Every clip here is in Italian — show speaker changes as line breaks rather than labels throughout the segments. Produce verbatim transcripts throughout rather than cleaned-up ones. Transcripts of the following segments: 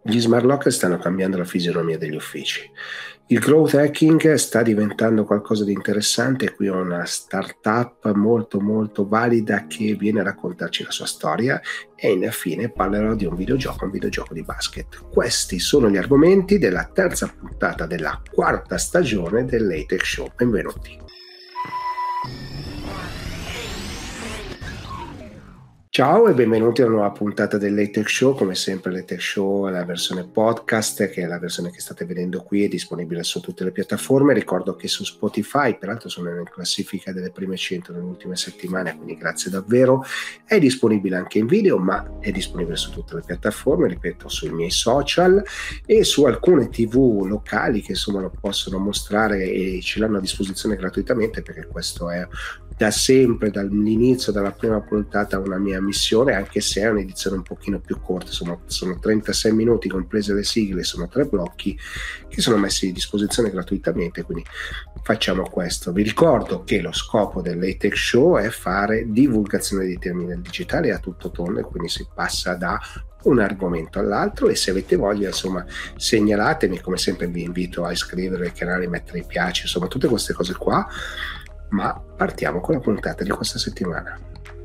Gli smart locker stanno cambiando la fisionomia degli uffici. Il growth hacking sta diventando qualcosa di interessante. Qui ho una startup molto molto valida che viene a raccontarci la sua storia e infine parlerò di un videogioco, un videogioco di basket. Questi sono gli argomenti della terza puntata della quarta stagione del Late Tech Show. Benvenuti. Ciao e benvenuti a una nuova puntata del Late Tech Show. Come sempre Late Tech Show è la versione podcast, che è la versione che state vedendo qui, è disponibile su tutte le piattaforme. Ricordo che su Spotify, peraltro sono in classifica delle prime cento nelle ultime settimane, quindi grazie davvero. È disponibile anche in video, ma è disponibile su tutte le piattaforme, ripeto, sui miei social e su alcune tv locali che insomma lo possono mostrare e ce l'hanno a disposizione gratuitamente, perché questo è da sempre, dall'inizio, dalla prima puntata, una mia missione, anche se è un'edizione un pochino più corta, insomma sono trentasei minuti comprese le sigle, sono tre blocchi che sono messi a disposizione gratuitamente, quindi facciamo questo. Vi ricordo che lo scopo del Late Tech Show è fare divulgazione di termini digitali a tutto tondo, e quindi si passa da un argomento all'altro, e se avete voglia insomma segnalatemi. Come sempre vi invito a iscrivervi al canale, mettere mi piace, insomma tutte queste cose qua. Ma partiamo con la puntata di questa settimana.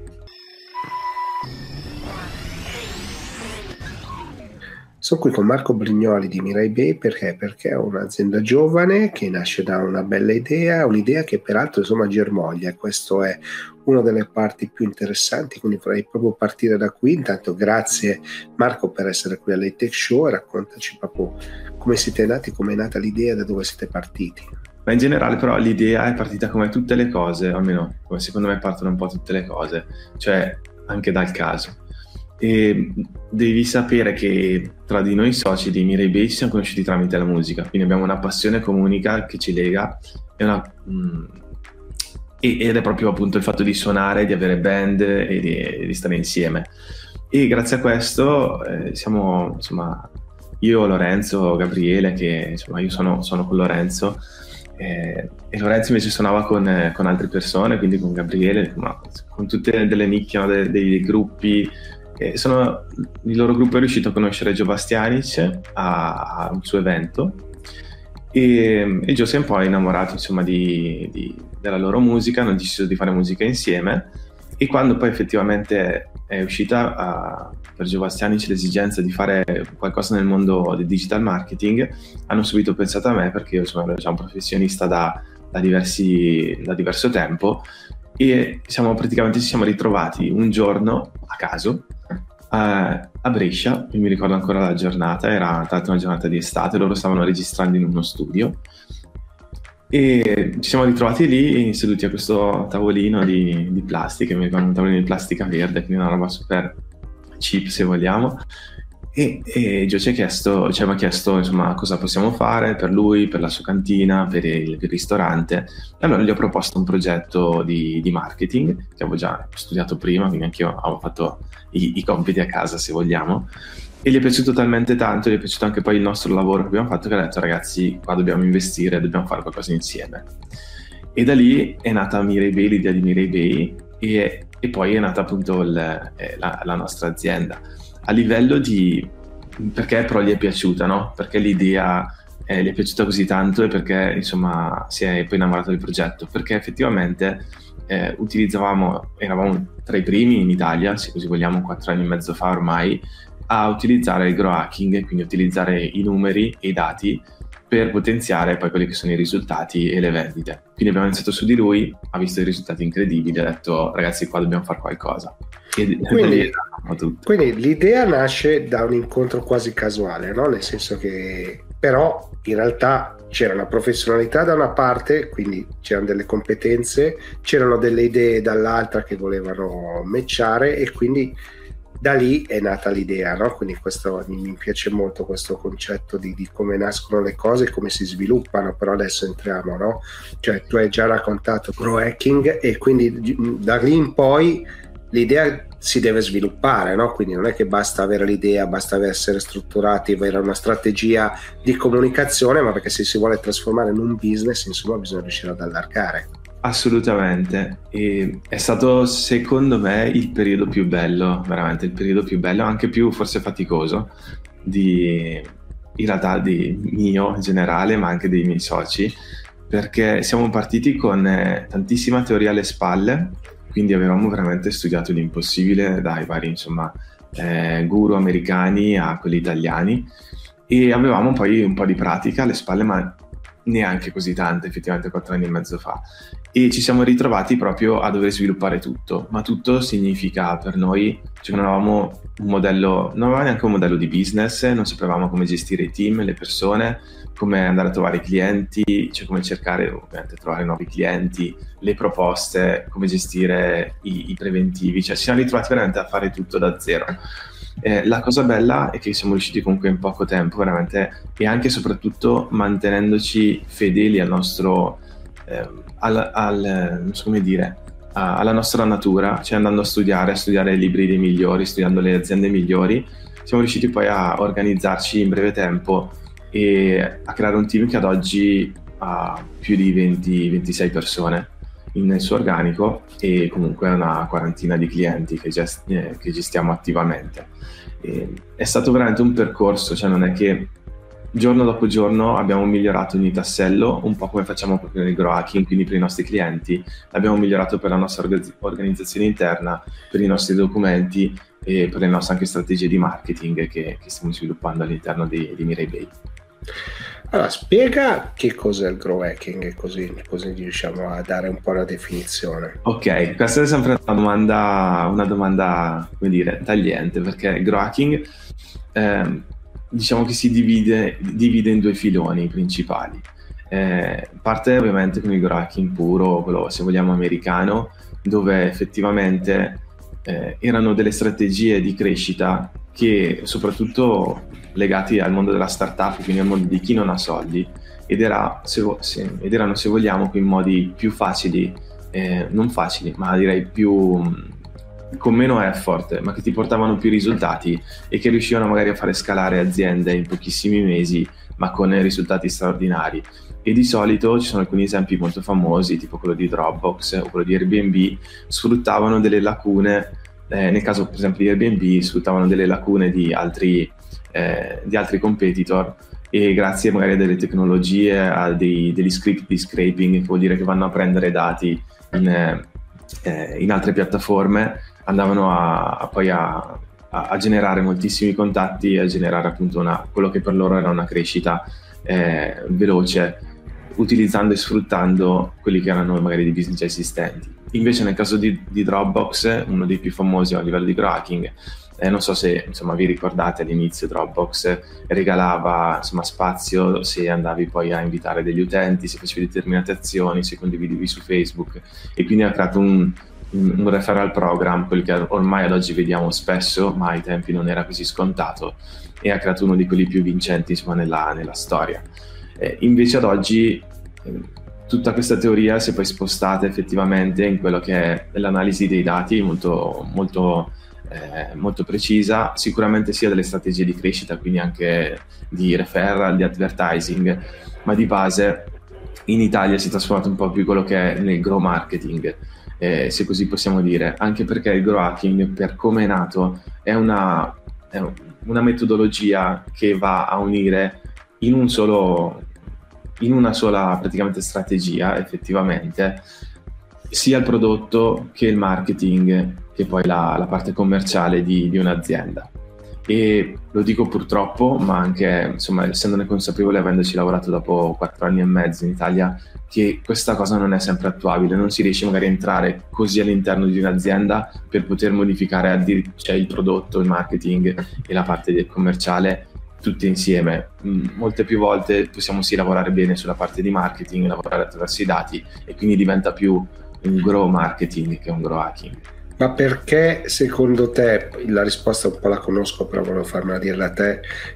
Sono qui con Marco Brignoli di Mirai Bay perché? Perché è un'azienda giovane che nasce da una bella idea, un'idea che peraltro insomma germoglia, e questo è una delle parti più interessanti, quindi vorrei proprio partire da qui. Intanto grazie Marco per essere qui al Late Tech Show e raccontaci proprio come siete nati, come è nata l'idea, da dove siete partiti.
Ma in generale però l'idea è partita come tutte le cose, almeno come secondo me partono un po' tutte le cose, cioè anche dal caso. E devi sapere che tra di noi soci di Mirai Bay ci siamo conosciuti tramite la musica, quindi abbiamo una passione comunica che ci lega, e una, mm, ed è proprio appunto il fatto di suonare, di avere band e di, di stare insieme. E grazie a questo eh, siamo, insomma, io, Lorenzo, Gabriele, che insomma io sono, sono con Lorenzo, Eh, e Lorenzo invece suonava con, eh, con altre persone, quindi con Gabriele, ma con tutte delle nicchie, no, dei, dei gruppi. Eh, sono, il loro gruppo è riuscito a conoscere Gio Bastianic a, a un suo evento, e, e Gio si è un po' innamorato insomma di, di, della loro musica, hanno deciso di fare musica insieme, e quando poi effettivamente è uscita a, per Gio Bastianic l'esigenza di fare qualcosa nel mondo del digital marketing, hanno subito pensato a me, perché io sono già un professionista da, da, diversi, da diverso tempo, e siamo praticamente ci siamo ritrovati un giorno a caso a, a Brescia. Io mi ricordo ancora la giornata, era tra l'altro una giornata di estate, loro stavano registrando in uno studio, e ci siamo ritrovati lì seduti a questo tavolino di, di plastica, mi ricordo un tavolino di plastica verde, quindi una roba super cheap se vogliamo, e, e Gio ci ha chiesto, ci aveva chiesto insomma cosa possiamo fare per lui, per la sua cantina, per il, per il ristorante, e allora gli ho proposto un progetto di, di marketing che avevo già studiato prima, quindi anche io avevo fatto i, i compiti a casa se vogliamo, e gli è piaciuto talmente tanto, gli è piaciuto anche poi il nostro lavoro che abbiamo fatto, che ha detto ragazzi qua dobbiamo investire, dobbiamo fare qualcosa insieme. E da lì è nata Mirai Bay, l'idea di Mirai Bay, e, e poi è nata appunto il, eh, la, la nostra azienda. A livello di perché però gli è piaciuta, no? Perché l'idea eh, gli è piaciuta così tanto, e perché insomma si è poi innamorato del progetto, perché effettivamente eh, utilizzavamo, eravamo tra i primi in Italia, se così vogliamo, quattro anni e mezzo fa ormai, a utilizzare il growth hacking, quindi utilizzare i numeri e i dati per potenziare poi quelli che sono i risultati e le vendite. Quindi abbiamo iniziato su di lui, ha visto i risultati incredibili, ha detto ragazzi qua dobbiamo fare qualcosa. E
quindi, quindi l'idea nasce da un incontro quasi casuale, no? Nel senso che però in realtà c'era una professionalità da una parte, quindi c'erano delle competenze, c'erano delle idee dall'altra che volevano matchare, e quindi da lì è nata l'idea, no? Quindi questo mi piace molto, questo concetto di, di come nascono le cose e come si sviluppano. Però adesso entriamo, no? Cioè tu hai già raccontato grow hacking, e quindi da lì in poi l'idea si deve sviluppare, no? Quindi non è che basta avere l'idea, basta essere strutturati, avere una strategia di comunicazione, ma perché se si vuole trasformare in un business, insomma, bisogna riuscire ad allargare.
Assolutamente, e è stato secondo me il periodo più bello, veramente il periodo più bello, anche più forse faticoso, di, in realtà di mio in generale, ma anche dei miei soci, perché siamo partiti con eh, tantissima teoria alle spalle, quindi avevamo veramente studiato l'impossibile dai vari, insomma, eh, guru americani a quelli italiani, e avevamo poi un po' di pratica alle spalle, ma neanche così tante, effettivamente quattro anni e mezzo fa, e ci siamo ritrovati proprio a dover sviluppare tutto, ma tutto significa per noi, cioè non avevamo un modello, non avevamo neanche un modello di business, non sapevamo come gestire i team, le persone, come andare a trovare i clienti, cioè come cercare ovviamente trovare nuovi clienti, le proposte, come gestire i, i preventivi, cioè ci siamo ritrovati veramente a fare tutto da zero. Eh, la cosa bella è che siamo riusciti comunque in poco tempo veramente, e anche e soprattutto mantenendoci fedeli al nostro eh, al, al, non so come dire a, alla nostra natura, cioè andando a studiare a studiare i libri dei migliori, studiando le aziende migliori, siamo riusciti poi a organizzarci in breve tempo e a creare un team che ad oggi ha più di venti ventisei persone nel suo organico, e comunque una quarantina di clienti che, gest- eh, che gestiamo attivamente. E è stato veramente un percorso, cioè non è che giorno dopo giorno abbiamo migliorato ogni tassello, un po' come facciamo proprio nel grow hacking, quindi per i nostri clienti, l'abbiamo migliorato per la nostra orga- organizzazione interna, per i nostri documenti e per le nostre anche strategie di marketing che, che stiamo sviluppando all'interno di, di Mirai Bay.
Allora, spiega che cos'è il grow hacking, così, così riusciamo a dare un po' la definizione.
Ok, questa è sempre una domanda, una domanda, come dire, tagliente, perché il grow hacking eh, diciamo che si divide, divide in due filoni principali. Eh, parte ovviamente con il grow hacking puro, quello se vogliamo americano, dove effettivamente eh, erano delle strategie di crescita che soprattutto legati al mondo della startup, quindi al mondo di chi non ha soldi, ed, era, se, se, ed erano, se vogliamo, quei modi più facili, eh, non facili, ma direi più con meno effort, ma che ti portavano più risultati e che riuscivano magari a fare scalare aziende in pochissimi mesi, ma con risultati straordinari. E di solito ci sono alcuni esempi molto famosi, tipo quello di Dropbox o quello di Airbnb, sfruttavano delle lacune, eh, nel caso per esempio di Airbnb, sfruttavano delle lacune di altri Eh, di altri competitor, e grazie magari a delle tecnologie, a dei, degli script di scraping, che vuol dire che vanno a prendere dati in, eh, in altre piattaforme, andavano a, a poi a, a, a generare moltissimi contatti, a generare appunto una, quello che per loro era una crescita eh, veloce, utilizzando e sfruttando quelli che erano magari dei business esistenti. Invece nel caso di, di Dropbox, uno dei più famosi a livello di grow hacking, Eh, non so se insomma vi ricordate, all'inizio Dropbox regalava insomma spazio se andavi poi a invitare degli utenti, se facevi determinate azioni, se condividevi su Facebook, e quindi ha creato un, un, un referral program, quello che ormai ad oggi vediamo spesso, ma ai tempi non era così scontato, e ha creato uno di quelli più vincenti insomma nella, nella storia. Eh, invece ad oggi eh, tutta questa teoria si è poi spostata effettivamente in quello che è l'analisi dei dati molto molto Eh, molto precisa, sicuramente sia delle strategie di crescita, quindi anche di referral, di advertising, ma di base in Italia si è trasformato un po' più quello che è nel grow marketing, eh, se così possiamo dire, anche perché il grow hacking, per come è nato, è una, è una metodologia che va a unire in un solo in una sola praticamente strategia effettivamente sia il prodotto che il marketing, che poi la, la parte commerciale di, di un'azienda. E lo dico purtroppo, ma anche insomma essendone consapevole, avendoci lavorato dopo quattro anni e mezzo in Italia, che questa cosa non è sempre attuabile, non si riesce magari a entrare così all'interno di un'azienda per poter modificare addir- cioè il prodotto, il marketing e la parte commerciale tutte insieme. Molte più volte possiamo sì lavorare bene sulla parte di marketing, lavorare attraverso i dati, e quindi diventa più un grow marketing che un grow hacking.
Ma perché secondo te, la risposta un po' la conosco, però volevo farmela dire da te,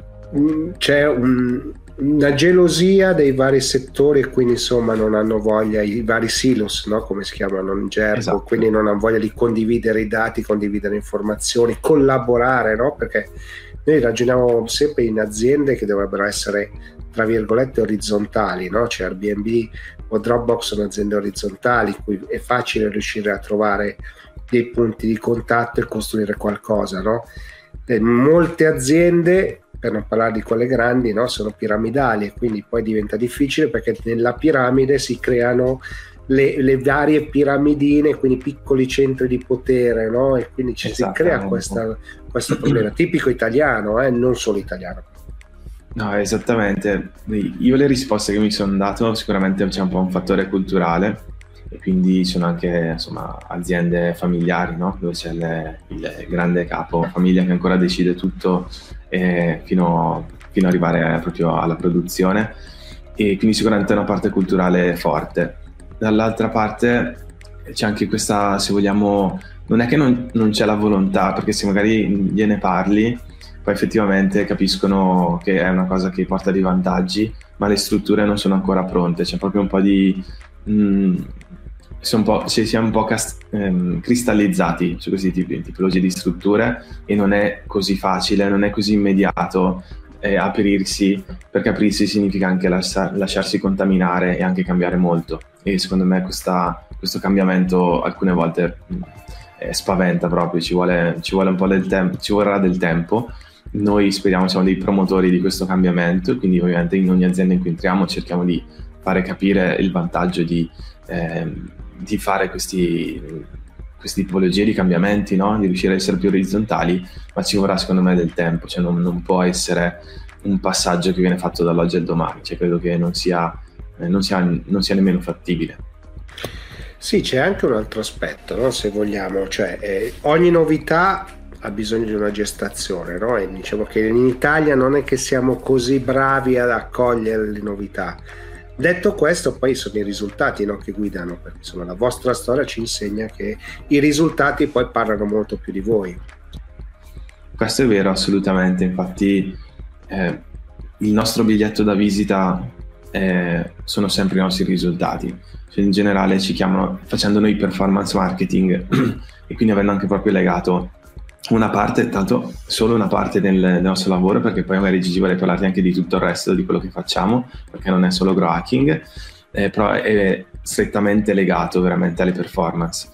c'è un, una gelosia dei vari settori e quindi insomma non hanno voglia, i vari silos, no? Come si chiamano in gergo, esatto. Quindi non hanno voglia di condividere i dati, condividere informazioni, collaborare, no? Perché noi ragioniamo sempre in aziende che dovrebbero essere tra virgolette orizzontali, no? Cioè Airbnb o Dropbox sono aziende orizzontali, cui è facile riuscire a trovare dei punti di contatto e costruire qualcosa, no? E molte aziende per non parlare di quelle grandi, no? Sono piramidali, e quindi poi diventa difficile perché nella piramide si creano le, le varie piramidine, quindi piccoli centri di potere, no? E quindi ci si crea questa, questo problema tipico italiano, eh? Non solo italiano.
No, esattamente. Io le risposte che mi sono dato, sicuramente c'è un po' un fattore culturale, e quindi sono anche, insomma, aziende familiari, no? Dove c'è le, il grande capo famiglia che ancora decide tutto eh, fino, fino ad arrivare proprio alla produzione, e quindi sicuramente è una parte culturale forte. Dall'altra parte c'è anche questa, se vogliamo, non è che non, non c'è la volontà, perché se magari gliene parli poi effettivamente capiscono che è una cosa che porta dei vantaggi, ma le strutture non sono ancora pronte. C'è proprio un po' di mh, un po', ci siamo un po' cast- ehm, cristallizzati su questi tipi tipologie di strutture, e non è così facile, non è così immediato eh, aprirsi, perché aprirsi significa anche lascia- lasciarsi contaminare e anche cambiare molto, e secondo me questa, questo cambiamento alcune volte mh, eh, spaventa proprio, ci vuole, ci vuole un po' del tempo, ci vorrà del tempo. Noi speriamo, siamo dei promotori di questo cambiamento, quindi ovviamente in ogni azienda in cui entriamo cerchiamo di fare capire il vantaggio di, eh, di fare questi, queste tipologie di cambiamenti, no? Di riuscire a essere più orizzontali, ma ci vorrà secondo me del tempo, cioè non, non può essere un passaggio che viene fatto dall'oggi al domani, cioè credo che non sia, eh, non sia, non sia nemmeno fattibile.
Sì, c'è anche un altro aspetto, no? Se vogliamo, cioè eh, ogni novità ha bisogno di una gestazione, no? E diciamo che in Italia non è che siamo così bravi ad accogliere le novità. Detto questo, poi sono i risultati, no, che guidano, perché insomma la vostra storia ci insegna che i risultati poi parlano molto più di voi.
Questo è vero, assolutamente. Infatti eh, il nostro biglietto da visita eh, sono sempre i nostri risultati. Cioè, in generale ci chiamano, facendo noi performance marketing e quindi avendo anche proprio legato una parte, tanto solo una parte del, del nostro lavoro, perché poi magari Gigi vorrei parlarti anche di tutto il resto di quello che facciamo, perché non è solo grow hacking, eh, però è strettamente legato veramente alle performance.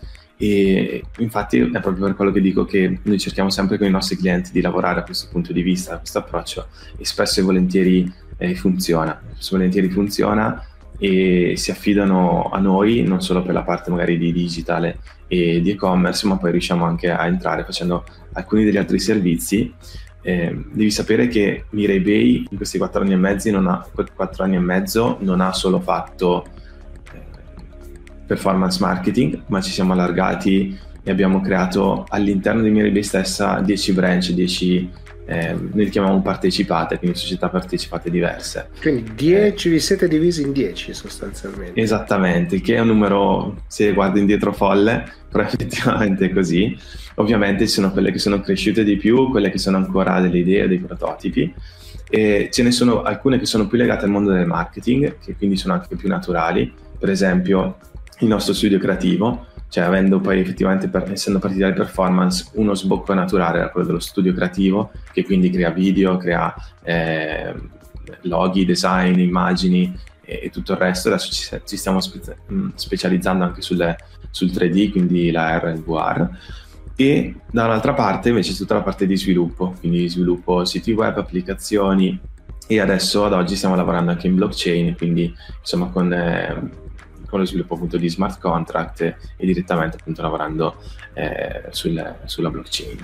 E infatti è proprio per quello che dico che noi cerchiamo sempre con i nostri clienti di lavorare a questo punto di vista, a questo approccio, e spesso e volentieri eh, funziona, spesso e volentieri funziona e si affidano a noi non solo per la parte magari di digitale e di e-commerce, ma poi riusciamo anche a entrare facendo alcuni degli altri servizi. Eh, devi sapere che Mirai in questi quattro anni e mezzo non ha, quattro anni e mezzo non ha solo fatto eh, performance marketing, ma ci siamo allargati e abbiamo creato all'interno di Mirai stessa dieci branch, dieci eh, noi li chiamiamo partecipate, quindi società partecipate diverse.
Quindi dieci, vi siete divisi in dieci sostanzialmente.
Esattamente, che è un numero, se guardi indietro, folle, però effettivamente è così. Ovviamente ci sono quelle che sono cresciute di più, quelle che sono ancora delle idee, dei prototipi, e ce ne sono alcune che sono più legate al mondo del marketing, che quindi sono anche più naturali. Per esempio il nostro studio creativo, cioè avendo poi effettivamente, per, essendo partiti dalle performance, uno sbocco naturale era quello dello studio creativo, che quindi crea video, crea eh, loghi, design, immagini e, e tutto il resto. Adesso ci, ci stiamo spe- specializzando anche sulle, sul tre D, quindi l'A R e il V R. E da un'altra parte invece tutta la parte di sviluppo, quindi sviluppo siti web, applicazioni, e adesso ad oggi stiamo lavorando anche in blockchain, quindi insomma con, eh, con lo sviluppo appunto di smart contract e, e direttamente appunto lavorando eh, sul, sulla blockchain.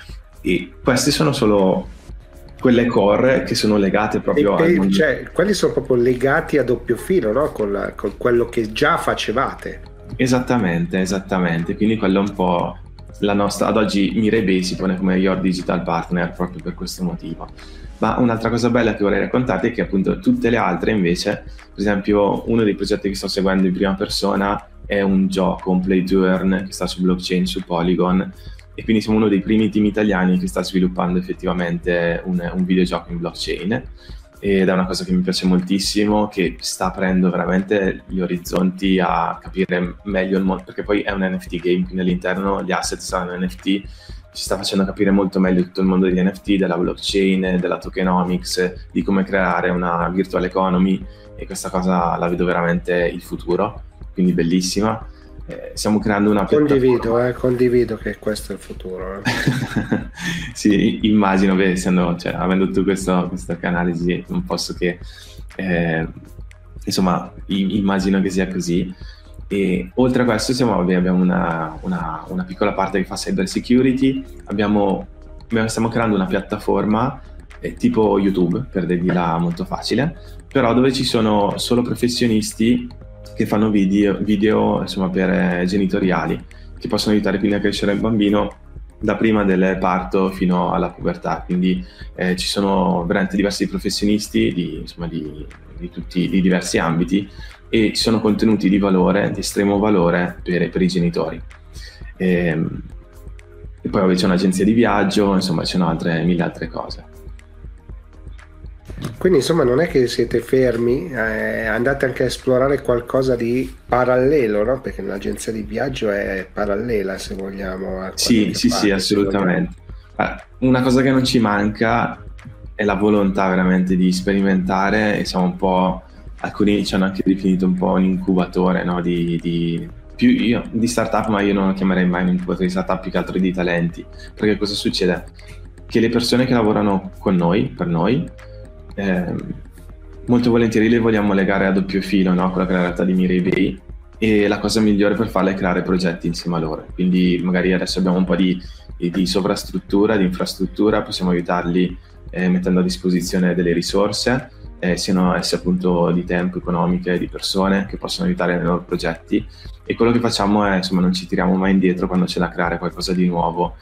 E queste sono solo quelle core che sono legate proprio
e,
al mondo.
Cioè, quelli sono proprio legati a doppio filo, no? Con, la, con quello che già facevate.
Esattamente, esattamente, quindi quello è un po' la nostra, ad oggi Mirai si pone come Your Digital Partner proprio per questo motivo. Ma un'altra cosa bella che vorrei raccontarti è che appunto tutte le altre invece, per esempio uno dei progetti che sto seguendo in prima persona è un gioco, un play to earn che sta su blockchain, su Polygon, e quindi siamo uno dei primi team italiani che sta sviluppando effettivamente un, un videogioco in blockchain, ed è una cosa che mi piace moltissimo, che sta aprendo veramente gli orizzonti a capire meglio il mondo, perché poi è un N F T game, quindi all'interno gli asset saranno N F T, ci sta facendo capire molto meglio tutto il mondo degli N F T, della blockchain, della tokenomics, di come creare una virtual economy, e questa cosa la vedo veramente il futuro, quindi bellissima. eh, stiamo creando una
condivido, eh, condivido che questo è il futuro. Eh.
Sì, immagino, beh, essendo, cioè, avendo tu questo, questo canale, non posso che eh, insomma immagino che sia così. E oltre a questo siamo, vabbè, abbiamo una, una, una piccola parte che fa cyber security, abbiamo, stiamo creando una piattaforma eh, tipo YouTube, per dirla molto facile, però dove ci sono solo professionisti che fanno video, video insomma, per eh, genitoriali, che possono aiutare quindi a crescere il bambino da prima del parto fino alla pubertà. Quindi eh, ci sono veramente diversi professionisti di, insomma, di, di tutti di diversi ambiti, e ci sono contenuti di valore, di estremo valore per, per i genitori. E, e poi vabbè, c'è un'agenzia di viaggio, insomma ci sono altre, mille altre cose.
Quindi insomma non è che siete fermi, eh, andate anche a esplorare qualcosa di parallelo, no? Perché l'agenzia di viaggio è parallela, se vogliamo. A
sì, sì, sì, assolutamente. Una cosa che non ci manca è la volontà veramente di sperimentare, e siamo un po', alcuni ci hanno anche definito un po' un incubatore, no? di, di, più io, di startup, ma io non lo chiamerei mai un incubatore di startup, più che altro di talenti. Perché cosa succede? Che le persone che lavorano con noi, per noi, Eh, molto volentieri le vogliamo legare a doppio filo, no? Quella che è la realtà di Mirai Bay, e la cosa migliore per farla è creare progetti insieme a loro. Quindi magari adesso abbiamo un po' di, di sovrastruttura, di infrastruttura, possiamo aiutarli eh, mettendo a disposizione delle risorse, eh, siano esse appunto di tempo, economiche, di persone che possono aiutare nei loro progetti, e quello che facciamo è, insomma, non ci tiriamo mai indietro quando c'è da creare qualcosa di nuovo,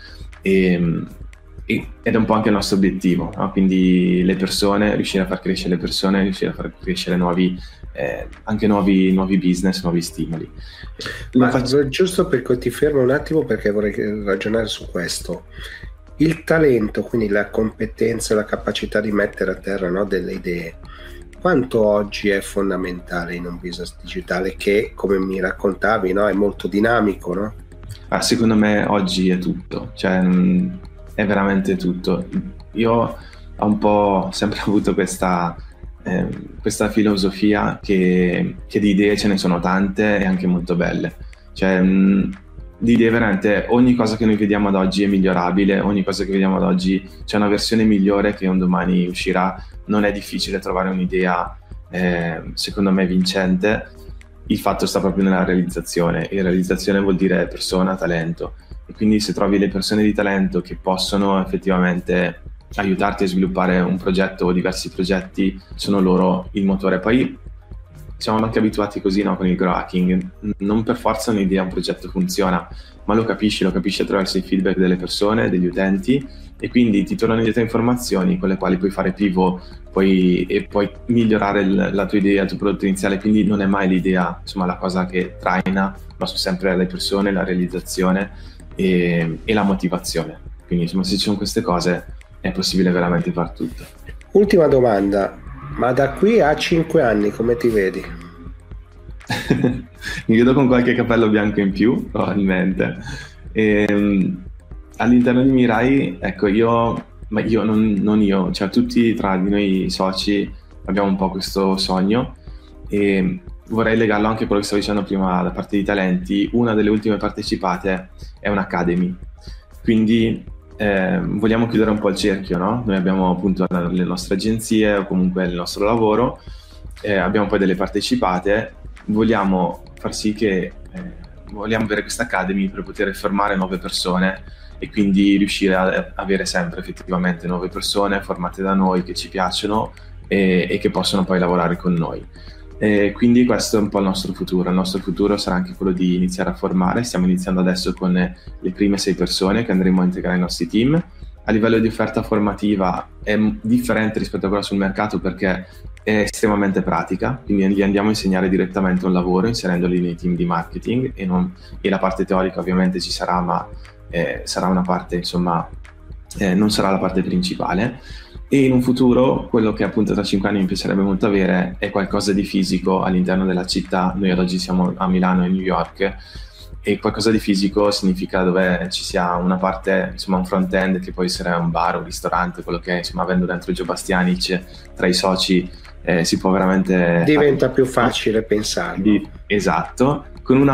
e ed è un po' anche il nostro obiettivo, no? Quindi le persone, riuscire a far crescere le persone, riuscire a far crescere nuovi, eh, anche nuovi, nuovi business, nuovi stimoli.
Ma faccio... giusto perché ti fermo un attimo, perché vorrei ragionare su questo. Il talento, quindi la competenza, la capacità di mettere a terra, no, delle idee, quanto oggi è fondamentale in un business digitale che, come mi raccontavi, no, è molto dinamico, no?
Ah, secondo me oggi è tutto, cioè è veramente tutto. Io ho un po' sempre avuto questa, eh, questa filosofia che, che di idee ce ne sono tante e anche molto belle. Cioè, mh, di idee veramente, ogni cosa che noi vediamo ad oggi è migliorabile, ogni cosa che vediamo ad oggi c'è una versione migliore che un domani uscirà. Non è difficile trovare un'idea, eh, secondo me, vincente. Il fatto sta proprio nella realizzazione, e realizzazione vuol dire persona, talento. E quindi se trovi le persone di talento che possono effettivamente aiutarti a sviluppare un progetto o diversi progetti, sono loro il motore. Poi siamo anche abituati così, no, con il grow hacking, non per forza un'idea, un progetto funziona, ma lo capisci, lo capisci attraverso i feedback delle persone, degli utenti, e quindi ti tornano indietro informazioni con le quali puoi fare pivot, puoi, e puoi migliorare il, la tua idea, il tuo prodotto iniziale. Quindi non è mai l'idea, insomma, la cosa che traina, ma sono sempre le persone, la realizzazione e, e la motivazione. Quindi insomma, se ci sono queste cose è possibile veramente far tutto.
Ultima domanda, ma da qui a cinque anni come ti vedi?
Mi vedo con qualche capello bianco in più, probabilmente. E, all'interno di Mirai, ecco, io, ma io non, non io, cioè tutti tra di noi soci abbiamo un po' questo sogno, e vorrei legarlo anche a quello che stavo dicendo prima da parte di talenti. Una delle ultime partecipate è un'academy, quindi eh, vogliamo chiudere un po' il cerchio, no? Noi abbiamo appunto le nostre agenzie o comunque il nostro lavoro, eh, abbiamo poi delle partecipate, vogliamo far sì che eh, vogliamo avere questa academy per poter formare nuove persone, e quindi riuscire a avere sempre effettivamente nuove persone formate da noi, che ci piacciono e, e che possono poi lavorare con noi. E quindi questo è un po' il nostro futuro. Il nostro futuro sarà anche quello di iniziare a formare. Stiamo iniziando adesso con le prime sei persone che andremo a integrare nei nostri team. A livello di offerta formativa è differente rispetto a quella sul mercato, perché è estremamente pratica, quindi gli andiamo a insegnare direttamente un lavoro inserendoli nei team di marketing, e, non, e la parte teorica ovviamente ci sarà, ma eh, sarà una parte, insomma, eh, non sarà la parte principale. E in un futuro, quello che appunto tra cinque anni mi piacerebbe molto avere è qualcosa di fisico all'interno della città. Noi ad oggi siamo a Milano e New York, e qualcosa di fisico significa dove ci sia una parte, insomma, un front end che può essere un bar, un ristorante, quello che è, insomma, avendo dentro Gio Bastianic tra i soci, eh, si può veramente...
Diventa fare... più facile pensarlo.
Di... Esatto, con una parte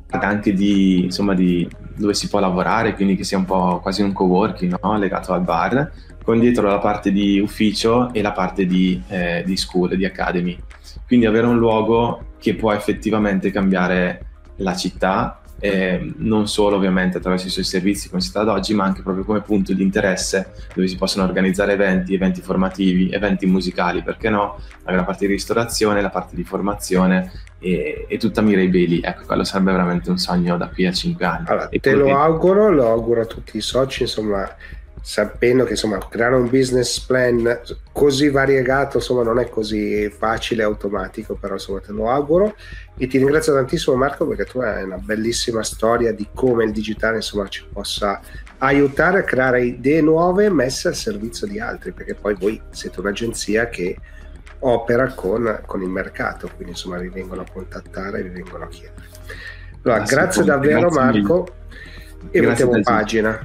anche di, insomma, di dove si può lavorare, quindi che sia un po' quasi un coworking, no? Legato al bar, con dietro la parte di ufficio e la parte di, eh, di school, di academy. Quindi avere un luogo che può effettivamente cambiare la città, eh, non solo ovviamente attraverso i suoi servizi come si sta ad oggi, ma anche proprio come punto di interesse dove si possono organizzare eventi, eventi formativi, eventi musicali, perché no? La parte di ristorazione, la parte di formazione e, e tutta Mirai Bailey. Ecco, quello sarebbe veramente un sogno da qui a cinque anni.
Allora,
e
te lo
poi...
auguro, lo auguro a tutti i soci, insomma, sapendo che insomma creare un business plan così variegato insomma non è così facile e automatico, però insomma te lo auguro e ti ringrazio tantissimo Marco, perché tu hai una bellissima storia di come il digitale insomma ci possa aiutare a creare idee nuove messe al servizio di altri, perché poi voi siete un'agenzia che opera con, con il mercato, quindi insomma vi vengono a contattare, vi vengono a chiedere. Allora, grazie, grazie davvero grazie Marco mille. E
grazie
mettiamo pagina.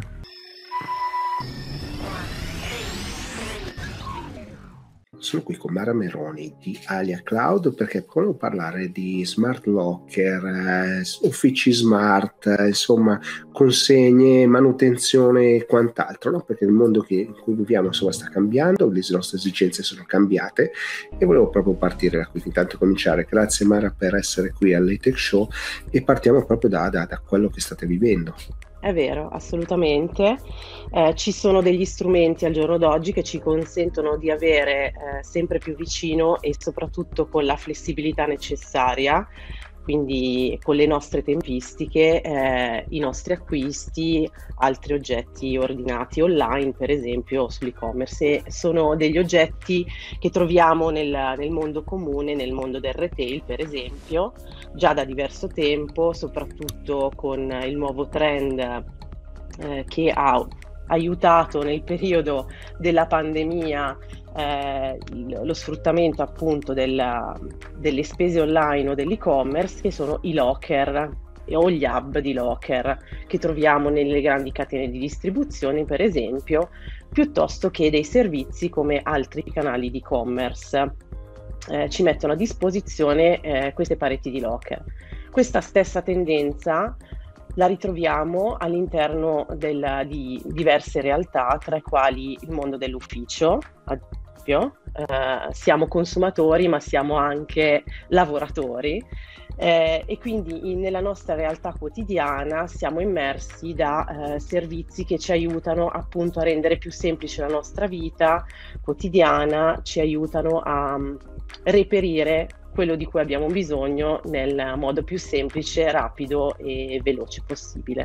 Sono qui con Mara Meroni di Alia Cloud perché volevo parlare di smart locker, eh, uffici smart, eh, insomma consegne, manutenzione e quant'altro, no? Perché il mondo che, in cui viviamo insomma sta cambiando, le nostre esigenze sono cambiate e volevo proprio partire da qui, intanto cominciare. Grazie Mara per essere qui all'E-Tech Show e partiamo proprio da, da, da quello che state vivendo.
È vero, assolutamente. Eh, ci sono degli strumenti al giorno d'oggi che ci consentono di avere eh, sempre più vicino e soprattutto con la flessibilità necessaria, quindi con le nostre tempistiche, eh, i nostri acquisti, altri oggetti ordinati online, per esempio sull'e-commerce. E sono degli oggetti che troviamo nel, nel mondo comune, nel mondo del retail, per esempio, già da diverso tempo, soprattutto con il nuovo trend eh, che ha aiutato nel periodo della pandemia eh, lo sfruttamento appunto della, delle spese online o dell'e-commerce, che sono i locker o gli hub di locker che troviamo nelle grandi catene di distribuzione, per esempio, piuttosto che dei servizi come altri canali di e-commerce. Eh, ci mettono a disposizione eh, queste pareti di locker. Questa stessa tendenza la ritroviamo all'interno del, di diverse realtà, tra le quali il mondo dell'ufficio, ad esempio. Eh, siamo consumatori, ma siamo anche lavoratori. Eh, e quindi in, nella nostra realtà quotidiana siamo immersi da eh, servizi che ci aiutano appunto a rendere più semplice la nostra vita quotidiana, ci aiutano a um, reperire quello di cui abbiamo bisogno nel modo più semplice, rapido e veloce possibile.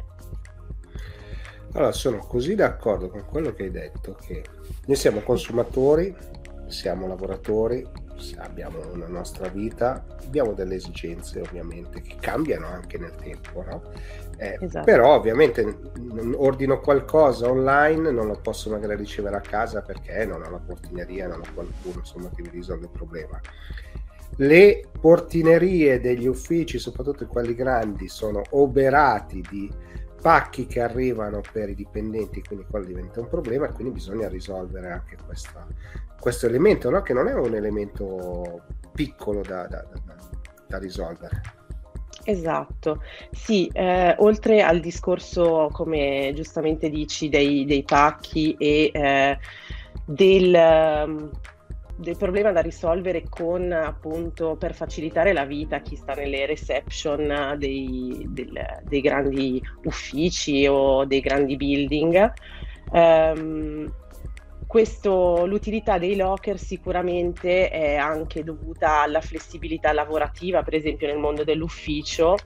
Allora, sono così d'accordo con quello che hai detto, che noi siamo consumatori, siamo lavoratori, abbiamo una nostra vita, abbiamo delle esigenze ovviamente che cambiano anche nel tempo, no? Eh, esatto. Però ovviamente ordino qualcosa online, non lo posso magari ricevere a casa perché non ho la portineria, non ho qualcuno insomma che mi risolve il problema. Le portinerie degli uffici, soprattutto quelli grandi, sono oberati di pacchi che arrivano per i dipendenti, quindi quello diventa un problema e quindi bisogna risolvere anche questa, questo elemento, no? Che non è un elemento piccolo da, da, da, da risolvere.
Esatto, sì, eh, oltre al discorso, come giustamente dici, dei, dei pacchi e eh, del... del problema da risolvere con appunto per facilitare la vita a chi sta nelle reception dei, del, dei grandi uffici o dei grandi building. Um, questo, l'utilità dei locker sicuramente è anche dovuta alla flessibilità lavorativa, per esempio nel mondo dell'ufficio,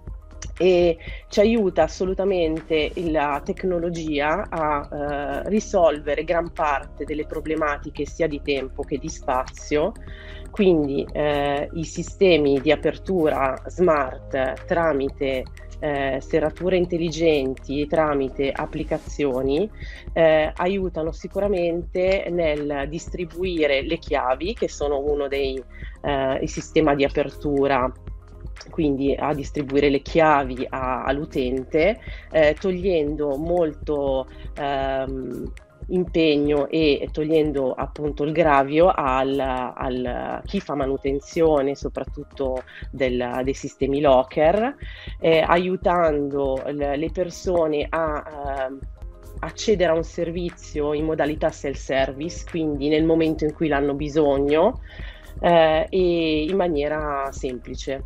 e ci aiuta assolutamente la tecnologia a eh, risolvere gran parte delle problematiche sia di tempo che di spazio. Quindi eh, i sistemi di apertura smart tramite eh, serrature intelligenti, tramite applicazioni eh, aiutano sicuramente nel distribuire le chiavi, che sono uno dei eh, il sistema di apertura, quindi a distribuire le chiavi a, all'utente, eh, togliendo molto ehm, impegno e togliendo appunto il gravio al, al chi fa manutenzione soprattutto del, dei sistemi locker, eh, aiutando le, le persone a eh, accedere a un servizio in modalità self-service, quindi nel momento in cui l'hanno bisogno, eh, e in maniera semplice.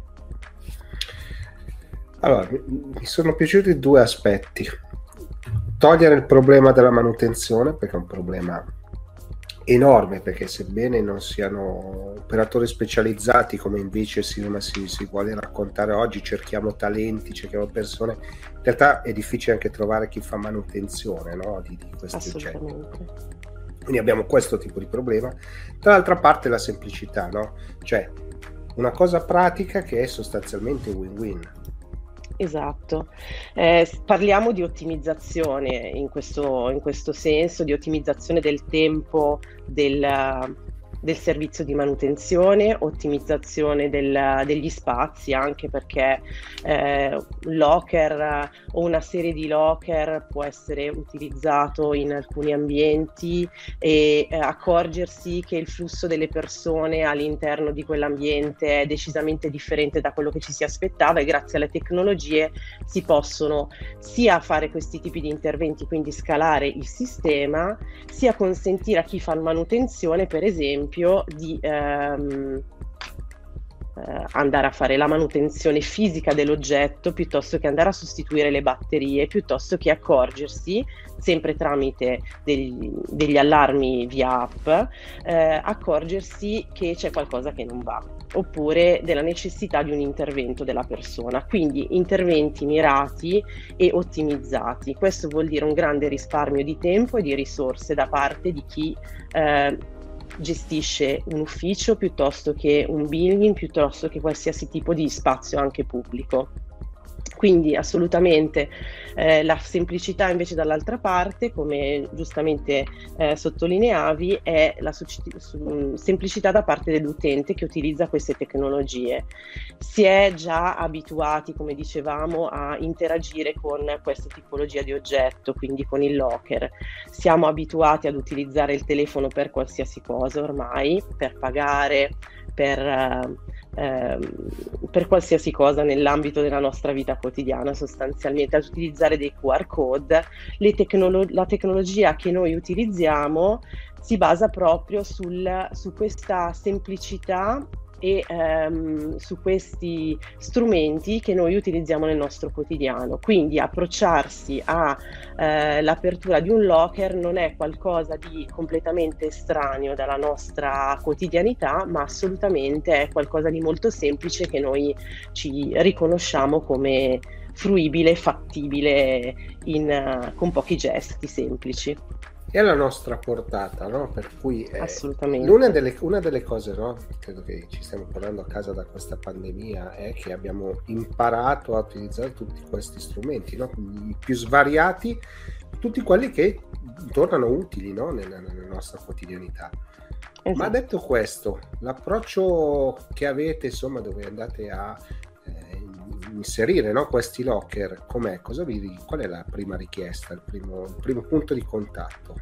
Allora, mi sono piaciuti due aspetti. Togliere il problema della manutenzione, perché è un problema enorme, perché sebbene non siano operatori specializzati come invece si, si, si vuole raccontare oggi, cerchiamo talenti, cerchiamo persone, in realtà è difficile anche trovare chi fa manutenzione, no, di, di questi oggetti. Quindi abbiamo questo tipo di problema. Dall'altra parte la semplicità, no? Cioè una cosa pratica che è sostanzialmente win-win.
Esatto, eh, parliamo di ottimizzazione in questo, in questo senso, di ottimizzazione del tempo del, del servizio di manutenzione, ottimizzazione del, degli spazi, anche perché eh, locker o una serie di locker può essere utilizzato in alcuni ambienti e eh, accorgersi che il flusso delle persone all'interno di quell'ambiente è decisamente differente da quello che ci si aspettava, e grazie alle tecnologie si possono sia fare questi tipi di interventi, quindi scalare il sistema, sia consentire a chi fa manutenzione, per esempio, di ehm, eh, andare a fare la manutenzione fisica dell'oggetto piuttosto che andare a sostituire le batterie, piuttosto che accorgersi, sempre tramite degli, degli allarmi via app, eh, accorgersi che c'è qualcosa che non va, oppure della necessità di un intervento della persona. Quindi interventi mirati e ottimizzati. Questo vuol dire un grande risparmio di tempo e di risorse da parte di chi eh, gestisce un ufficio piuttosto che un building, piuttosto che qualsiasi tipo di spazio anche pubblico. Quindi assolutamente eh, la semplicità invece dall'altra parte, come giustamente eh, sottolineavi, è la su- su- semplicità da parte dell'utente che utilizza queste tecnologie. Si è già abituati, come dicevamo, a interagire con questa tipologia di oggetto, quindi con il locker. Siamo abituati ad utilizzare il telefono per qualsiasi cosa ormai, per pagare, per... Eh, per qualsiasi cosa nell'ambito della nostra vita quotidiana, sostanzialmente, ad utilizzare dei Q R code. Le tecnolo- la tecnologia che noi utilizziamo si basa proprio sul, su questa semplicità e ehm, su questi strumenti che noi utilizziamo nel nostro quotidiano. Quindi approcciarsi all'apertura eh, di un locker non è qualcosa di completamente estraneo dalla nostra quotidianità, ma assolutamente è qualcosa di molto semplice che noi ci riconosciamo come fruibile, fattibile in, con pochi gesti semplici.
È alla nostra portata, no? Per cui eh,
assolutamente
una delle, una delle cose, no? Credo che ci stiamo parlando a casa da questa pandemia, è che abbiamo imparato a utilizzare tutti questi strumenti, no? I più svariati, tutti quelli che tornano utili, no? nella, nella nostra quotidianità. Esatto. Ma detto questo, l'approccio che avete, insomma, dove andate a eh, inserire, no, questi locker, com'è? Cosa vi, qual è la prima richiesta, il primo, il primo punto di contatto?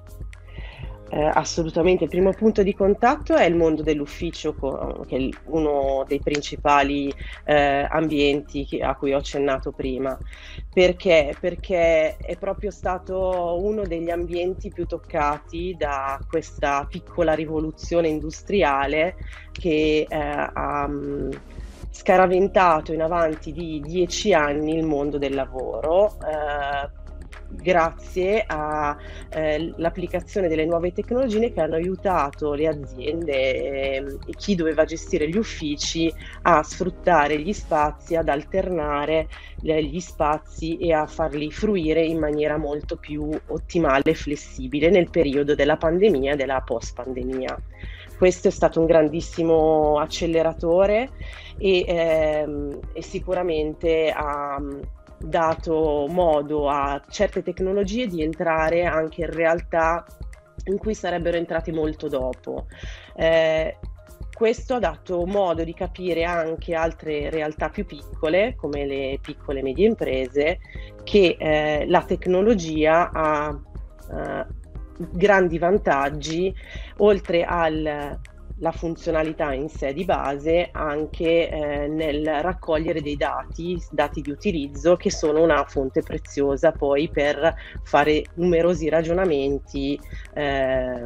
Eh, assolutamente, il primo punto di contatto è il mondo dell'ufficio, che è uno dei principali eh, ambienti che, a cui ho accennato prima. Perché? Perché è proprio stato uno degli ambienti più toccati da questa piccola rivoluzione industriale che eh, ha um, scaraventato in avanti di dieci anni il mondo del lavoro, eh, grazie all'applicazione eh, delle nuove tecnologie che hanno aiutato le aziende eh, e chi doveva gestire gli uffici a sfruttare gli spazi, ad alternare le, gli spazi e a farli fruire in maniera molto più ottimale e flessibile nel periodo della pandemia e della post-pandemia. Questo è stato un grandissimo acceleratore e, ehm, e sicuramente ha dato modo a certe tecnologie di entrare anche in realtà in cui sarebbero entrati molto dopo. Eh, questo ha dato modo di capire anche altre realtà più piccole, come le piccole e medie imprese, che eh, la tecnologia ha eh, grandi vantaggi, oltre al la funzionalità in sé di base, anche eh, nel raccogliere dei dati, dati di utilizzo, che sono una fonte preziosa poi per fare numerosi ragionamenti eh,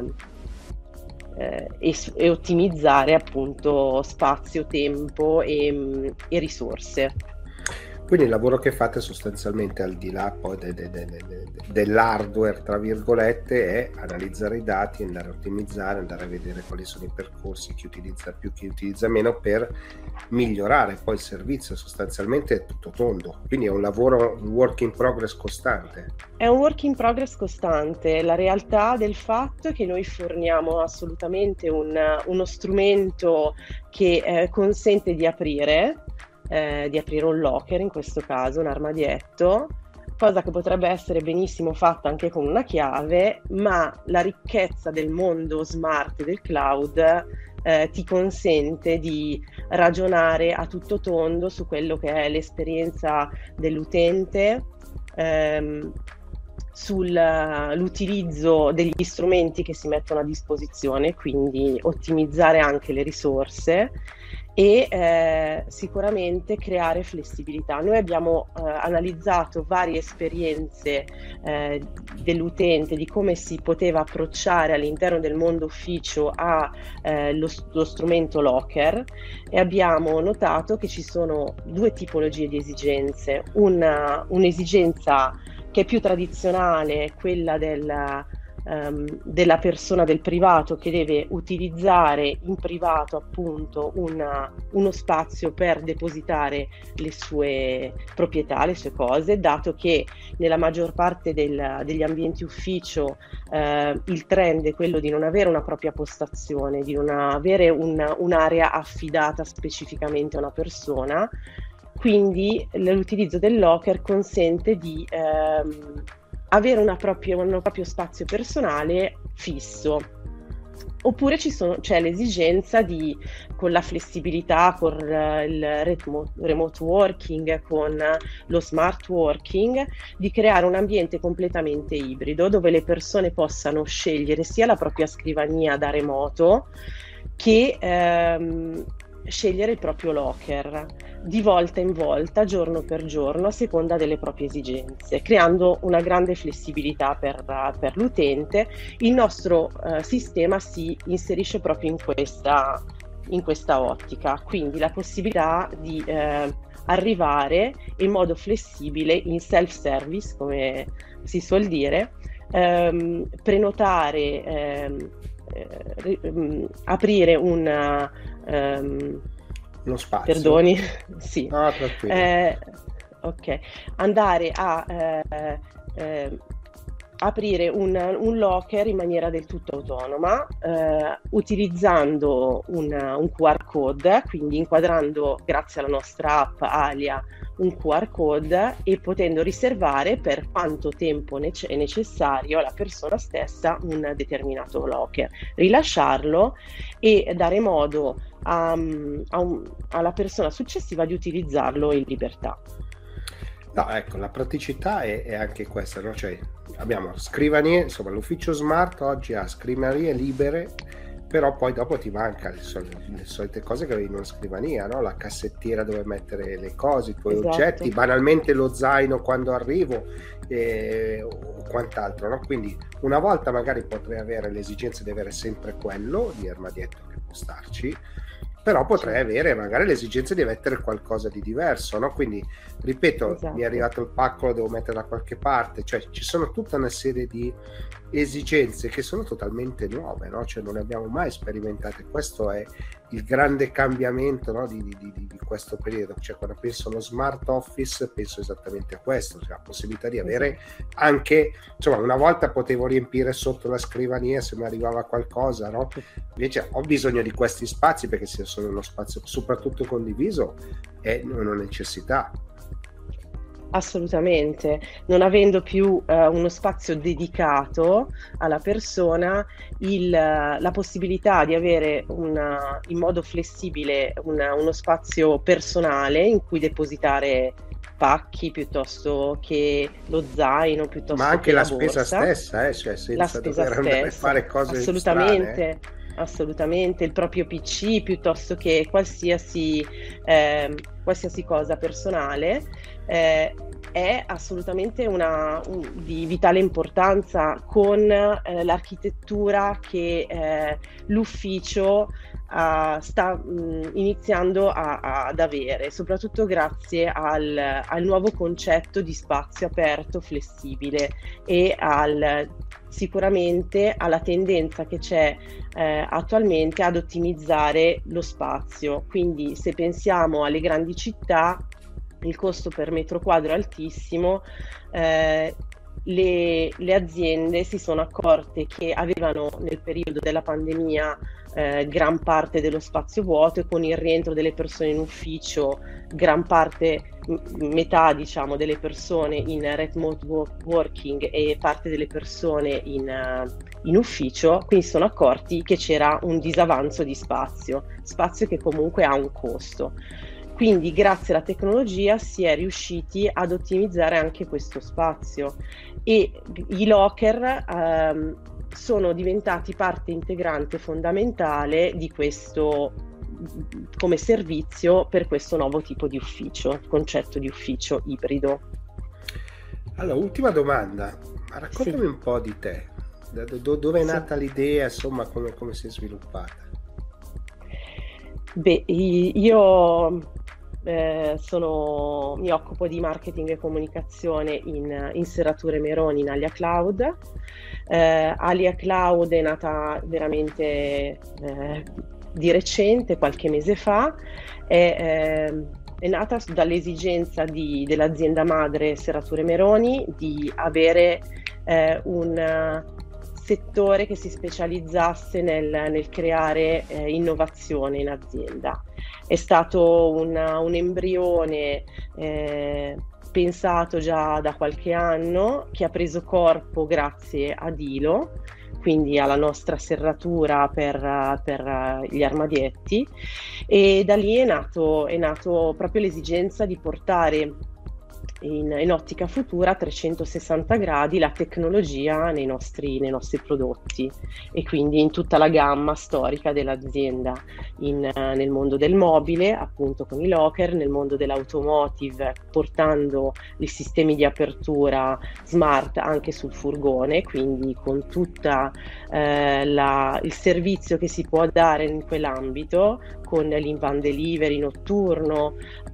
eh, e, e ottimizzare appunto spazio, tempo e, e risorse.
Quindi il lavoro che fate sostanzialmente, al di là poi de, de, de, de, dell'hardware, tra virgolette, è analizzare i dati, andare a ottimizzare, andare a vedere quali sono i percorsi, chi utilizza più, chi utilizza meno, per migliorare poi il servizio. Sostanzialmente è tutto tondo, quindi è un lavoro, un work in progress costante.
È un work in progress costante. La realtà del fatto è che noi forniamo assolutamente un, uno strumento che eh, consente di aprire Eh, di aprire un locker, in questo caso un armadietto, cosa che potrebbe essere benissimo fatta anche con una chiave, ma la ricchezza del mondo smart del cloud eh, ti consente di ragionare a tutto tondo su quello che è l'esperienza dell'utente, ehm, sull'utilizzo degli strumenti che si mettono a disposizione, quindi ottimizzare anche le risorse e eh, sicuramente creare flessibilità. Noi abbiamo eh, analizzato varie esperienze eh, dell'utente, di come si poteva approcciare all'interno del mondo ufficio a eh, lo, lo strumento Locker, e abbiamo notato che ci sono due tipologie di esigenze. Una, un'esigenza che è più tradizionale, quella della Um, della persona, del privato, che deve utilizzare in privato appunto una, uno spazio per depositare le sue proprietà, le sue cose, dato che nella maggior parte del, degli ambienti ufficio uh, il trend è quello di non avere una propria postazione, di non avere un, un'area affidata specificamente a una persona. Quindi l'utilizzo del locker consente di um, avere una propria, un proprio spazio personale fisso. Oppure ci sono, c'è l'esigenza di, con la flessibilità, con il remote working, con lo smart working, di creare un ambiente completamente ibrido, dove le persone possano scegliere sia la propria scrivania da remoto che ehm, scegliere il proprio locker di volta in volta, giorno per giorno, a seconda delle proprie esigenze, creando una grande flessibilità per, per l'utente. Il nostro eh, sistema si inserisce proprio in questa, in questa ottica, quindi la possibilità di eh, arrivare in modo flessibile, in self-service, come si suol dire, ehm, prenotare, ehm, eh, aprire un... Um,
uno spazio.
Perdoni, sì.
No, tranquillo.
Eh, ok, andare a eh, eh, aprire un, un locker in maniera del tutto autonoma, eh, utilizzando un, un Q R code, quindi inquadrando grazie alla nostra app Alia un Q R code e potendo riservare per quanto tempo nece- è necessario alla persona stessa un determinato locker, rilasciarlo e dare modo a, a un, alla persona successiva di utilizzarlo in libertà.
No, ecco, la praticità è, è anche questa, no? Cioè, abbiamo scrivanie, insomma, l'ufficio smart oggi ha scrivanie libere, però poi dopo ti manca le, sol- le solite cose che avevi in una scrivania, no? La cassettiera dove mettere le cose, i tuoi
Esatto.
oggetti, banalmente lo zaino quando arrivo eh, o quant'altro, no? Quindi una volta magari potrei avere l'esigenza di avere sempre quello di armadietto che può starci, però potrei avere magari l'esigenza di mettere qualcosa di diverso, no? Quindi, ripeto,
Esatto.
mi è arrivato il pacco, lo devo mettere da qualche parte, cioè ci sono tutta una serie di esigenze che sono totalmente nuove, no? Cioè non le abbiamo mai sperimentate. Questo è il grande cambiamento, no? di, di, di, di questo periodo. Cioè, quando penso allo smart office penso esattamente a questo, cioè la possibilità di avere anche, insomma, una volta potevo riempire sotto la scrivania se mi arrivava qualcosa, no? Invece ho bisogno di questi spazi, perché se sono uno spazio soprattutto condiviso è una necessità.
Assolutamente, non avendo più eh, uno spazio dedicato alla persona, il, la possibilità di avere una, in modo flessibile una, uno spazio personale in cui depositare pacchi piuttosto che lo zaino, piuttosto
ma anche
che
la,
la
spesa
borsa.
stessa, eh, cioè
La
senza
spesa
dover andare a
stessa,
fare cose
assolutamente,
strane.
assolutamente, il proprio P C piuttosto che qualsiasi, ehm, qualsiasi cosa personale, eh, è assolutamente una, un- di vitale importanza con eh, l'architettura che eh, l'ufficio uh, sta mh, iniziando a- a- ad avere, soprattutto grazie al, al nuovo concetto di spazio aperto, flessibile e al, sicuramente alla tendenza che c'è eh, attualmente ad ottimizzare lo spazio. Quindi se pensiamo alle grandi città, il costo per metro quadro è altissimo, eh, le, le aziende si sono accorte che avevano nel periodo della pandemia eh, gran parte dello spazio vuoto, e con il rientro delle persone in ufficio, gran parte, m- metà diciamo delle persone in remote wo- working e parte delle persone in, eh, in ufficio, quindi si sono accorti che c'era un disavanzo di spazio, spazio che comunque ha un costo. Quindi grazie alla tecnologia si è riusciti ad ottimizzare anche questo spazio, e i locker ehm, sono diventati parte integrante fondamentale di questo come servizio per questo nuovo tipo di ufficio, concetto di ufficio ibrido.
Allora, ultima domanda, ma raccontami
Sì.
un po' di te, da do- dove è
Sì.
nata l'idea, insomma, come, come si è sviluppata?
Beh, i- io eh, sono, mi occupo di marketing e comunicazione in, in Serrature Meroni in Alia Cloud. Eh, Alia Cloud è nata veramente eh, di recente, qualche mese fa, è, eh, è nata dall'esigenza di- dell'azienda madre Serrature Meroni di avere eh, un settore che si specializzasse nel, nel creare eh, innovazione in azienda. È stato una- un embrione eh, pensato già da qualche anno, che ha preso corpo grazie a Dilo, quindi alla nostra serratura per, per gli armadietti, e da lì è nato, è nato proprio l'esigenza di portare in, in ottica futura a trecentosessanta gradi la tecnologia nei nostri, nei nostri prodotti, e quindi in tutta la gamma storica dell'azienda, in, eh, nel mondo del mobile appunto con i locker, nel mondo dell'automotive portando i sistemi di apertura smart anche sul furgone, quindi con tutta eh, la, il servizio che si può dare in quell'ambito, con l'in-van delivery notturno,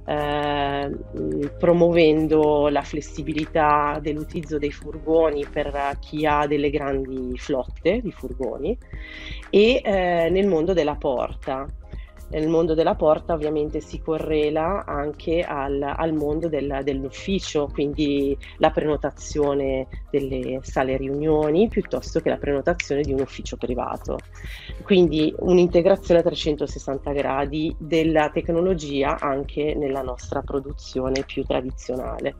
eh, promuovendo la flessibilità dell'utilizzo dei furgoni per chi ha delle grandi flotte di furgoni, e eh, nel mondo della porta. Nel mondo della porta ovviamente si correla anche al, al mondo del, dell'ufficio, quindi la prenotazione delle sale riunioni piuttosto che la prenotazione di un ufficio privato. Quindi un'integrazione a trecentosessanta gradi della tecnologia anche nella nostra produzione più tradizionale.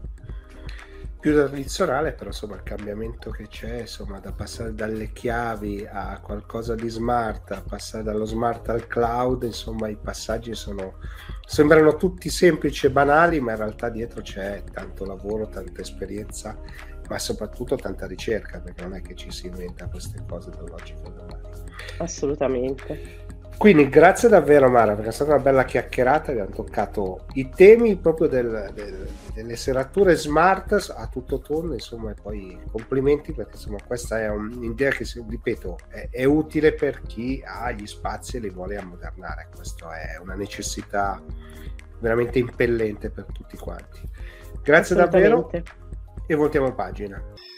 Più tradizionale, però insomma il cambiamento che c'è, insomma, da passare dalle chiavi a qualcosa di smart, a passare dallo smart al cloud, insomma i passaggi sono, sembrano tutti semplici e banali, ma in realtà dietro c'è tanto lavoro, tanta esperienza, ma soprattutto tanta ricerca, perché non è che ci si inventa queste cose dall'oggi al domani.
Assolutamente.
Quindi grazie davvero Mara, perché è stata una bella chiacchierata, abbiamo toccato i temi proprio del, del, delle serrature smart a tutto tondo, insomma, e poi complimenti, perché insomma questa è un'idea che, ripeto, è, è utile per chi ha gli spazi e li vuole ammodernare. Questa è una necessità veramente impellente per tutti quanti. Grazie davvero e voltiamo pagina.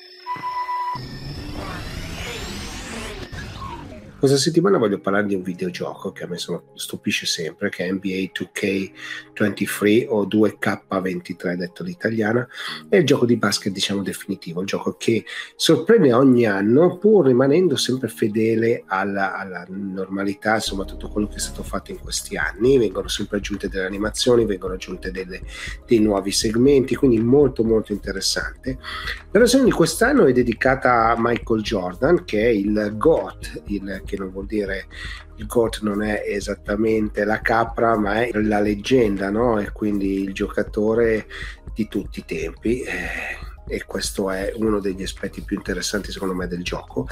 Questa settimana voglio parlare di un videogioco che a me sono, stupisce sempre, che è N B A due K ventitré o due K ventitré detto l'italiana. È il gioco di basket, diciamo, definitivo, il gioco che sorprende ogni anno pur rimanendo sempre fedele alla, alla normalità, insomma tutto quello che è stato fatto in questi anni. Vengono sempre aggiunte delle animazioni, vengono aggiunte delle, dei nuovi segmenti, quindi molto molto interessante. La versione di quest'anno è dedicata a Michael Jordan, che è il GOAT, il che che non vuol dire il GOAT, non è esattamente la capra, ma è la leggenda, no? E quindi il giocatore di tutti i tempi. Eh, e questo è uno degli aspetti più interessanti secondo me del gioco.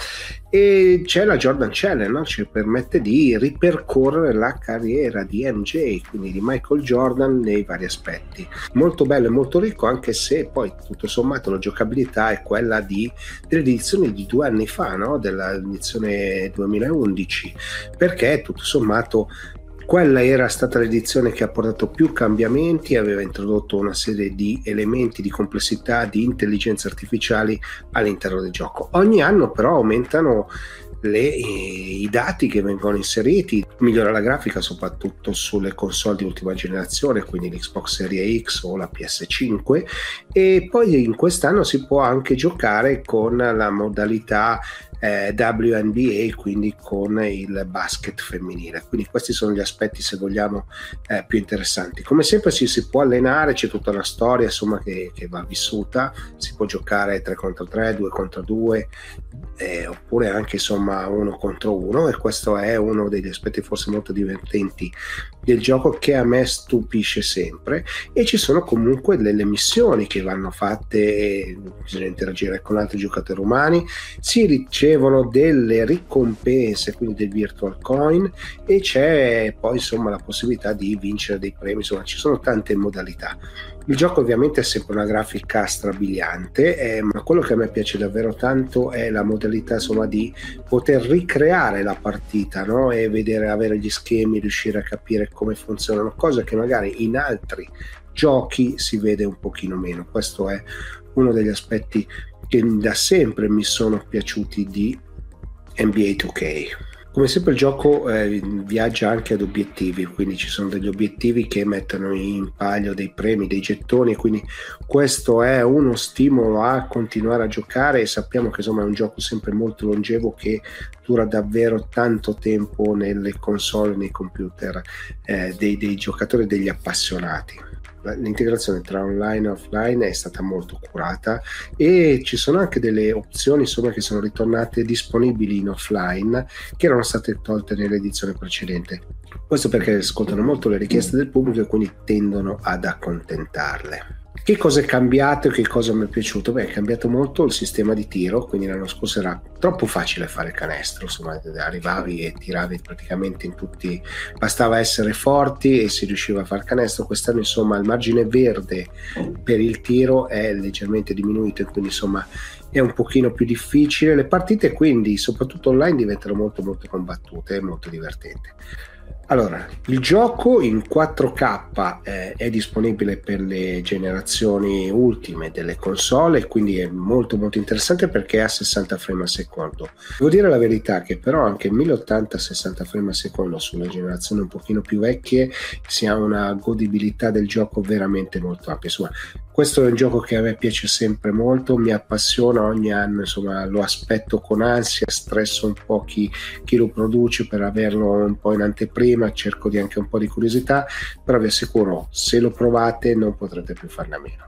E c'è la Jordan Challenge, no? Ci permette di ripercorrere la carriera di M J, quindi di Michael Jordan, nei vari aspetti. Molto bello e molto ricco, anche se poi tutto sommato la giocabilità è quella di, dell'edizione di due anni fa, no? Dell'edizione duemilaundici, perché tutto sommato quella era stata l'edizione che ha portato più cambiamenti, aveva introdotto una serie di elementi di complessità, di intelligenze artificiali all'interno del gioco. Ogni anno però aumentano le, i dati che vengono inseriti, migliora la grafica soprattutto sulle console di ultima generazione, quindi l'Xbox Series X o la P S cinque, e poi in quest'anno si può anche giocare con la modalità Eh, W N B A, quindi con il basket femminile. Quindi questi sono gli aspetti, se vogliamo, eh, più interessanti. Come sempre ci si può allenare, c'è tutta una storia insomma che, che va vissuta, si può giocare tre contro tre, due contro due, eh, oppure anche insomma uno contro uno, e questo è uno degli aspetti forse molto divertenti del gioco, che a me stupisce sempre. E ci sono comunque delle missioni che vanno fatte, bisogna interagire con altri giocatori umani, si ricevono delle ricompense, quindi del virtual coin, e c'è poi insomma la possibilità di vincere dei premi, insomma ci sono tante modalità. Il gioco ovviamente è sempre una grafica strabiliante, eh, ma quello che a me piace davvero tanto è la modalità insomma di poter ricreare la partita, no? E vedere, avere gli schemi, riuscire a capire come funzionano, cosa che magari in altri giochi si vede un pochino meno. Questo è uno degli aspetti che da sempre mi sono piaciuti di N B A due K. Come sempre il gioco eh, viaggia anche ad obiettivi, quindi ci sono degli obiettivi che mettono in palio dei premi, dei gettoni, e quindi questo è uno stimolo a continuare a giocare. E sappiamo che insomma è un gioco sempre molto longevo, che dura davvero tanto tempo nelle console, nei computer eh, dei, dei giocatori, degli appassionati. L'integrazione tra online e offline è stata molto curata, e ci sono anche delle opzioni insomma che sono ritornate disponibili in offline, che erano state tolte nell'edizione precedente. Questo perché ascoltano molto le richieste del pubblico e quindi tendono ad accontentarle. Che cosa è cambiato e che cosa mi è piaciuto? Beh, è cambiato molto il sistema di tiro, quindi l'anno scorso era troppo facile fare canestro, insomma arrivavi e tiravi praticamente in tutti, bastava essere forti e si riusciva a far canestro. Quest'anno insomma il margine verde per il tiro è leggermente diminuito, e quindi insomma è un pochino più difficile. Le partite quindi soprattutto online diventano molto molto combattute e molto divertenti. Allora, il gioco in quattro K eh, è disponibile per le generazioni ultime delle console, quindi è molto molto interessante perché è a sessanta frame al secondo. Devo dire la verità che però anche mille ottanta a sessanta frame al secondo sulle generazioni un pochino più vecchie si ha una godibilità del gioco veramente molto ampia. Insomma, questo è un gioco che a me piace sempre molto, mi appassiona ogni anno, insomma lo aspetto con ansia, stresso un po' chi, chi lo produce per averlo un po' in anteprima, cerco di anche un po' di curiosità, però vi assicuro, se lo provate non potrete più farne a meno.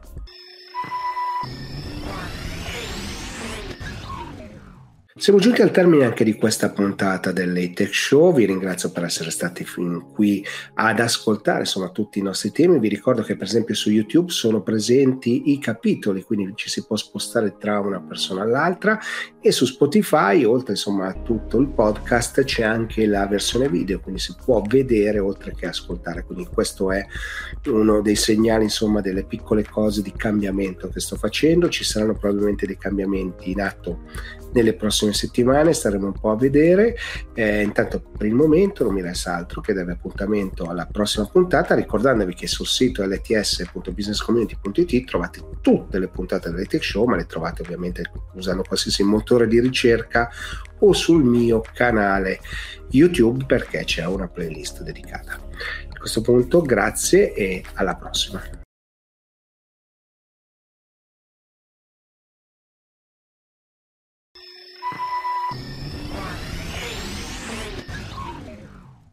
Siamo giunti al termine anche di questa puntata del Late Tech Show. Vi ringrazio per essere stati fin qui ad ascoltare insomma tutti i nostri temi. Vi ricordo che per esempio su YouTube sono presenti i capitoli, quindi ci si può spostare tra una persona all'altra, e su Spotify oltre insomma a tutto il podcast c'è anche la versione video, quindi si può vedere oltre che ascoltare. Quindi questo è uno dei segnali insomma delle piccole cose di cambiamento che sto facendo. Ci saranno probabilmente dei cambiamenti in atto nelle prossime settimane, staremo un po' a vedere. Eh, intanto per il momento non mi resta altro che dare appuntamento alla prossima puntata, ricordandovi che sul sito l t s punto business community punto i t trovate tutte le puntate del Tech Show, ma le trovate ovviamente usando qualsiasi motore di ricerca o sul mio canale YouTube, perché c'è una playlist dedicata. A questo punto grazie e alla prossima.